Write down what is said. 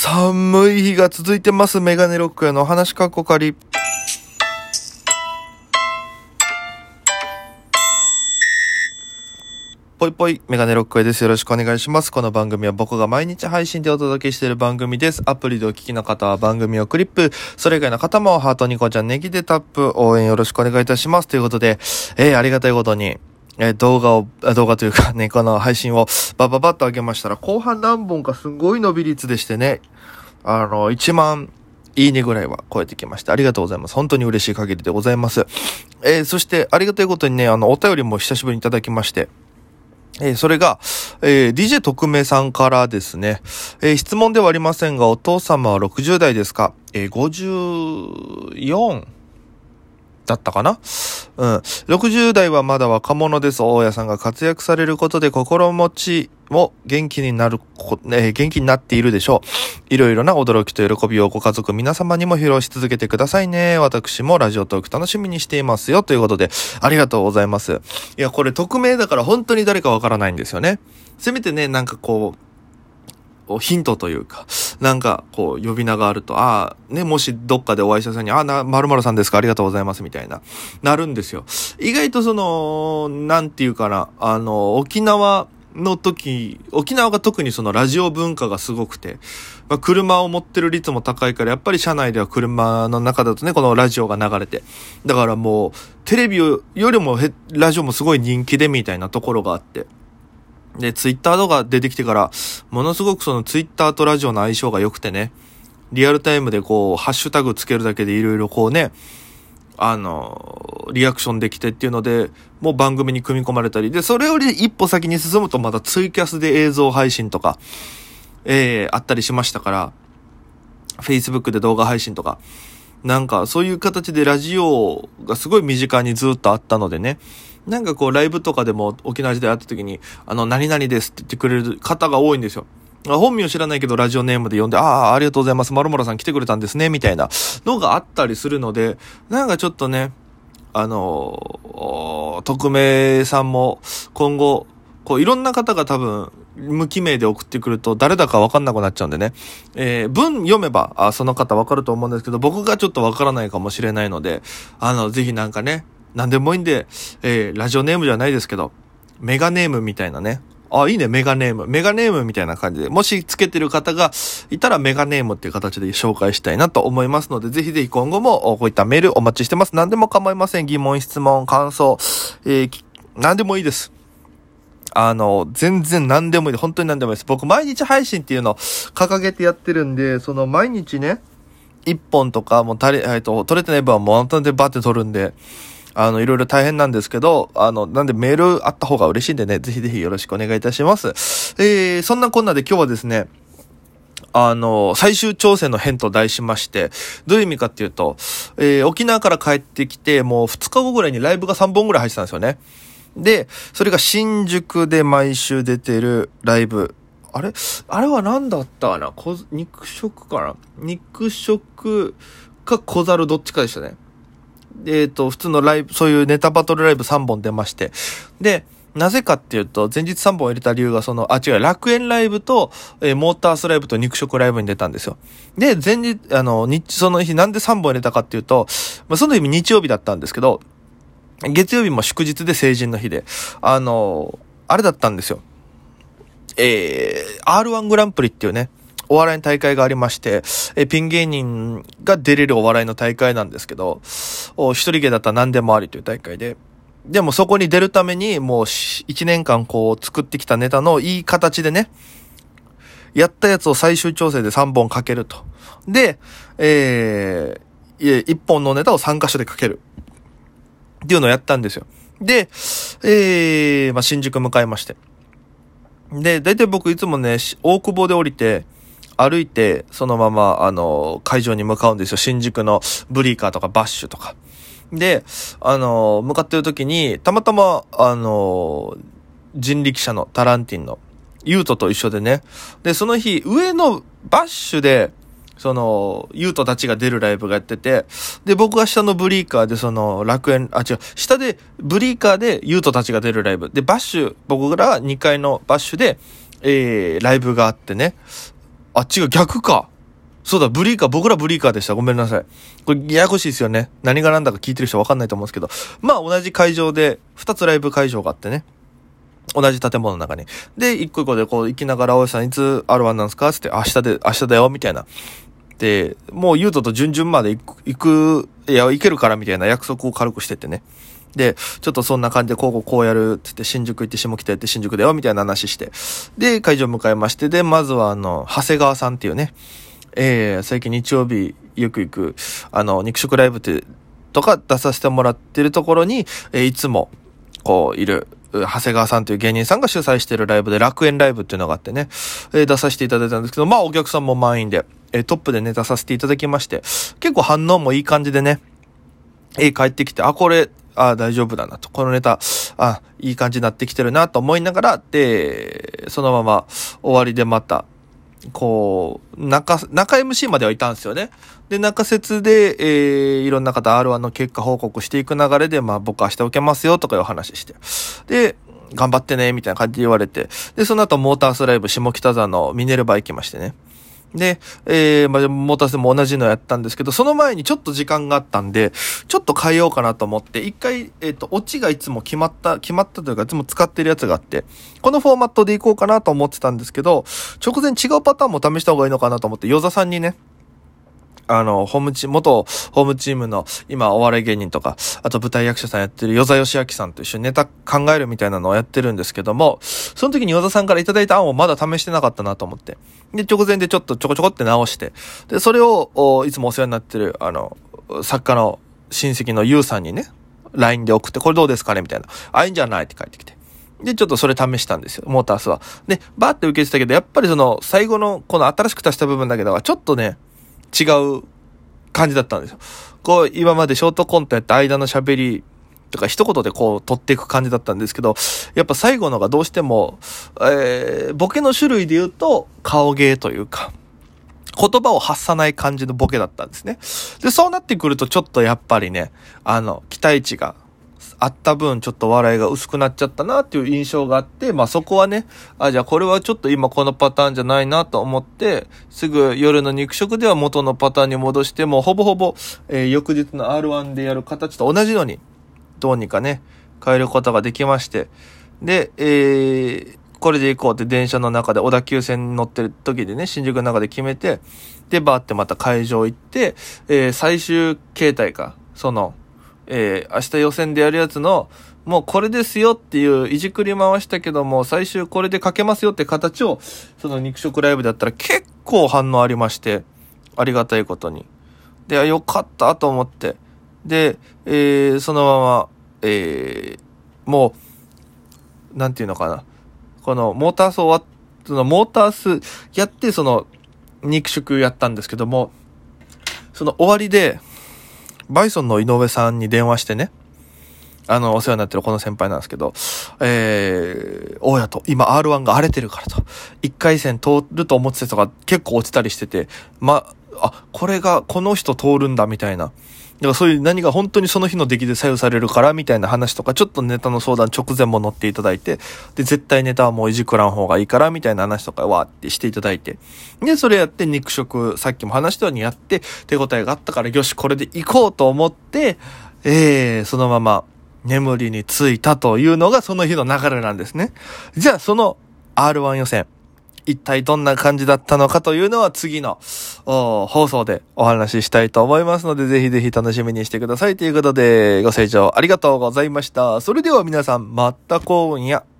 寒い日が続いてます。メガネロックへの話かっこかり。ぽいぽいメガネロックへです。よろしくお願いします。この番組は僕が毎日配信でお届けしている番組です。アプリでお聞きの方は番組をクリップ、それ以外の方もハートニコちゃんネギでタップ、応援よろしくお願いいたします。ということで、ありがたいことに動画というかね、この配信をバババッと上げましたら、後半何本かすごい伸び率でしてね、1万いいねぐらいは超えてきました。ありがとうございます。本当に嬉しい限りでございます。そしてありがたいことにね、お便りも久しぶりにいただきまして、それが、DJ 特命さんからですね、質問ではありませんが、お父様は60代ですか？54だったかな。60代はまだ若者です。大家さんが活躍されることで心持ちも元気になっているでしょう。いろいろな驚きと喜びをご家族皆様にも披露し続けてくださいね。私もラジオトーク楽しみにしていますよ。ということで、ありがとうございます。いや、これ匿名だから本当に誰かわからないんですよね。せめてね、なんかこう、ヒントというか、なんかこう呼び名があると、もしどっかでお会いした際に、〇〇さんですか、ありがとうございますみたいな、なるんですよ。意外となんていうかな、沖縄が特にそのラジオ文化がすごくて、車を持ってる率も高いから、やっぱり車内では車の中だとね、このラジオが流れて、だからもう、テレビよりもラジオもすごい人気でみたいなところがあって、で、ツイッターとか出てきてから、ものすごくそのツイッターとラジオの相性が良くてね、リアルタイムでこう、ハッシュタグつけるだけでいろいろこうね、リアクションできてっていうので、もう番組に組み込まれたり、で、それより一歩先に進むとまたツイキャスで映像配信とか、あったりしましたから、Facebook で動画配信とか、なんかそういう形でラジオがすごい身近にずっとあったのでね、なんかこうライブとかでも沖縄時代会った時に、何々ですって言ってくれる方が多いんですよ。本名知らないけどラジオネームで呼んで、ありがとうございます、〇〇さん来てくれたんですね、みたいなのがあったりするので、なんかちょっとね、匿名さんも今後、こういろんな方が多分、無記名で送ってくると誰だか分かんなくなっちゃうんでね。文読めば、その方分かると思うんですけど、僕がちょっと分からないかもしれないので、ぜひなんかね、なんでもいいんで、ラジオネームじゃないですけど、メガネームみたいなね。いいね、メガネームみたいな感じで、もしつけてる方がいたらメガネームっていう形で紹介したいなと思いますので、ぜひぜひ今後もこういったメールお待ちしてます。何でも構いません。疑問、質問、感想、何でもいいです。全然何でもいいです。本当に何でもいいです。僕毎日配信っていうのを掲げてやってるんで、その毎日ね、1本とかも取れてない分はもう本当にバーって取るんで、いろいろ大変なんですけど、なんでメールあった方が嬉しいんでね、ぜひぜひよろしくお願いいたします。そんなこんなで今日はですね、最終調整の編と題しまして、どういう意味かっていうと、沖縄から帰ってきて、もう2日後ぐらいにライブが3本ぐらい入ってたんですよね。で、それが新宿で毎週出てるライブ。あれは何だったかな？肉食かな？肉食か小猿どっちかでしたね。普通のライブ、そういうネタバトルライブ3本出まして。で、なぜかっていうと、前日3本入れた理由が楽園ライブと、モータースライブと肉食ライブに出たんですよ。で、前日、その日なんで3本入れたかっていうと、その日日曜日だったんですけど、月曜日も祝日で成人の日で、あれだったんですよ。R1 グランプリっていうね、お笑いの大会がありまして、ピン芸人が出れるお笑いの大会なんですけど、一人芸だったら何でもありという大会で、でもそこに出るためにもう1年間こう作ってきたネタのいい形でね、やったやつを最終調整で3本かけると。で、1本のネタを3箇所でかける。っていうのをやったんですよ。で、新宿向かいまして。で、だいたい僕いつもね、大久保で降りて、歩いて、そのまま、会場に向かうんですよ。新宿のブリーカーとかバッシュとか。で、向かってる時に、たまたま、人力車のタランティンの、ユートと一緒でね。で、その日、上のバッシュで、ユートたちが出るライブがやってて、で、僕が下のブリーカーで下で、ブリーカーでユートたちが出るライブ。で、僕ら2階のバッシュで、ライブがあってね。 違う、逆か。そうだ、僕らブリーカーでした。ごめんなさい。これ、ややこしいですよね。何が何だか聞いてる人わかんないと思うんですけど。まあ、同じ会場で、2つライブ会場があってね。同じ建物の中に。で、一個一個でこう行きながら、おじさんいつ R1 なんすかつって、明日だよ、みたいな。で、もうゆうとと順々まで行けるから、みたいな約束を軽くしてってね。で、ちょっとそんな感じでこうやるってって、新宿行って下北行って新宿だよ、みたいな話して。で、会場迎えまして、で、まずは長谷川さんっていうね、最近日曜日よく行く、肉食ライブとか出させてもらってるところに、いつも、こう、いる、長谷川さんという芸人さんが主催しているライブで、楽園ライブっていうのがあってね、出させていただいたんですけど、まあお客さんも満員で、トップでネタさせていただきまして、結構反応もいい感じでね、帰ってきて、これ、大丈夫だなと。このネタ、いい感じになってきてるなと思いながら、で、そのまま終わりでまた、こう、中 MC まではいたんですよね。で、中説で、いろんな方 R1 の結果報告していく流れで、まあ僕明日受けますよとかいう話して。で、頑張ってね、みたいな感じで言われて。で、その後モータースライブ下北沢のミネルバ行きましてね。で、モータースでも同じのやったんですけど、その前にちょっと時間があったんで、ちょっと変えようかなと思って、一回、オチがいつも決まったというか、いつも使ってるやつがあって、このフォーマットでいこうかなと思ってたんですけど、直前違うパターンも試した方がいいのかなと思って、与座さんにね、元ホームチームの今お笑い芸人とか、あと舞台役者さんやってる与座義明さんと一緒にネタ考えるみたいなのをやってるんですけども、その時に与座さんからいただいた案をまだ試してなかったなと思って。で、直前でちょこちょこって直して、で、それを、いつもお世話になってる、作家の親戚のゆうさんにね、LINE で送って、これどうですかねみたいな。いいんじゃないって返ってきて。で、ちょっとそれ試したんですよ、モータースは。で、バーって受けてたけど、やっぱり最後の、この新しく足した部分だけど、ちょっとね、違う感じだったんですよ。こう、今までショートコントやった間の喋りとか一言でこう取っていく感じだったんですけど、やっぱ最後のがどうしても、ボケの種類で言うと顔芸というか、言葉を発さない感じのボケだったんですね。で、そうなってくるとちょっとやっぱりね、期待値があった分ちょっと笑いが薄くなっちゃったなっていう印象があって、まあそこはね、じゃあこれはちょっと今このパターンじゃないなと思って、すぐ夜の肉食では元のパターンに戻しても、ほぼほぼ、翌日の R1 でやる形と同じのに、どうにかね、変えることができまして、で、これで行こうって電車の中で小田急線に乗ってる時でね、新宿の中で決めて、で、バーってまた会場行って、最終形態か、明日予選でやるやつの、もうこれですよっていういじくり回したけども、最終これでかけますよって形を、その肉食ライブだったら結構反応ありまして、ありがたいことに。で、よかったと思って。で、そのまま、もう、なんていうのかな。このモータースやって、肉食やったんですけども、その終わりで、バイソンの井上さんに電話してね、お世話になってるこの先輩なんですけど、大家と、今 R1 が荒れてるからと、1回戦通ると思ってた人が結構落ちたりしてて、これがこの人通るんだみたいな。だからそういう何が本当にその日の出来で左右されるからみたいな話とか、ちょっとネタの相談直前も乗っていただいて、で、絶対ネタはもういじくらん方がいいからみたいな話とかわーってしていただいて、で、それやって肉食、さっきも話したようにやって、手応えがあったから、よし、これで行こうと思って、そのまま眠りについたというのがその日の流れなんですね。じゃあ、その R1 予選。一体どんな感じだったのかというのは次の放送でお話ししたいと思いますので、ぜひぜひ楽しみにしてくださいということで、ご清聴ありがとうございました。それでは皆さん、また今夜。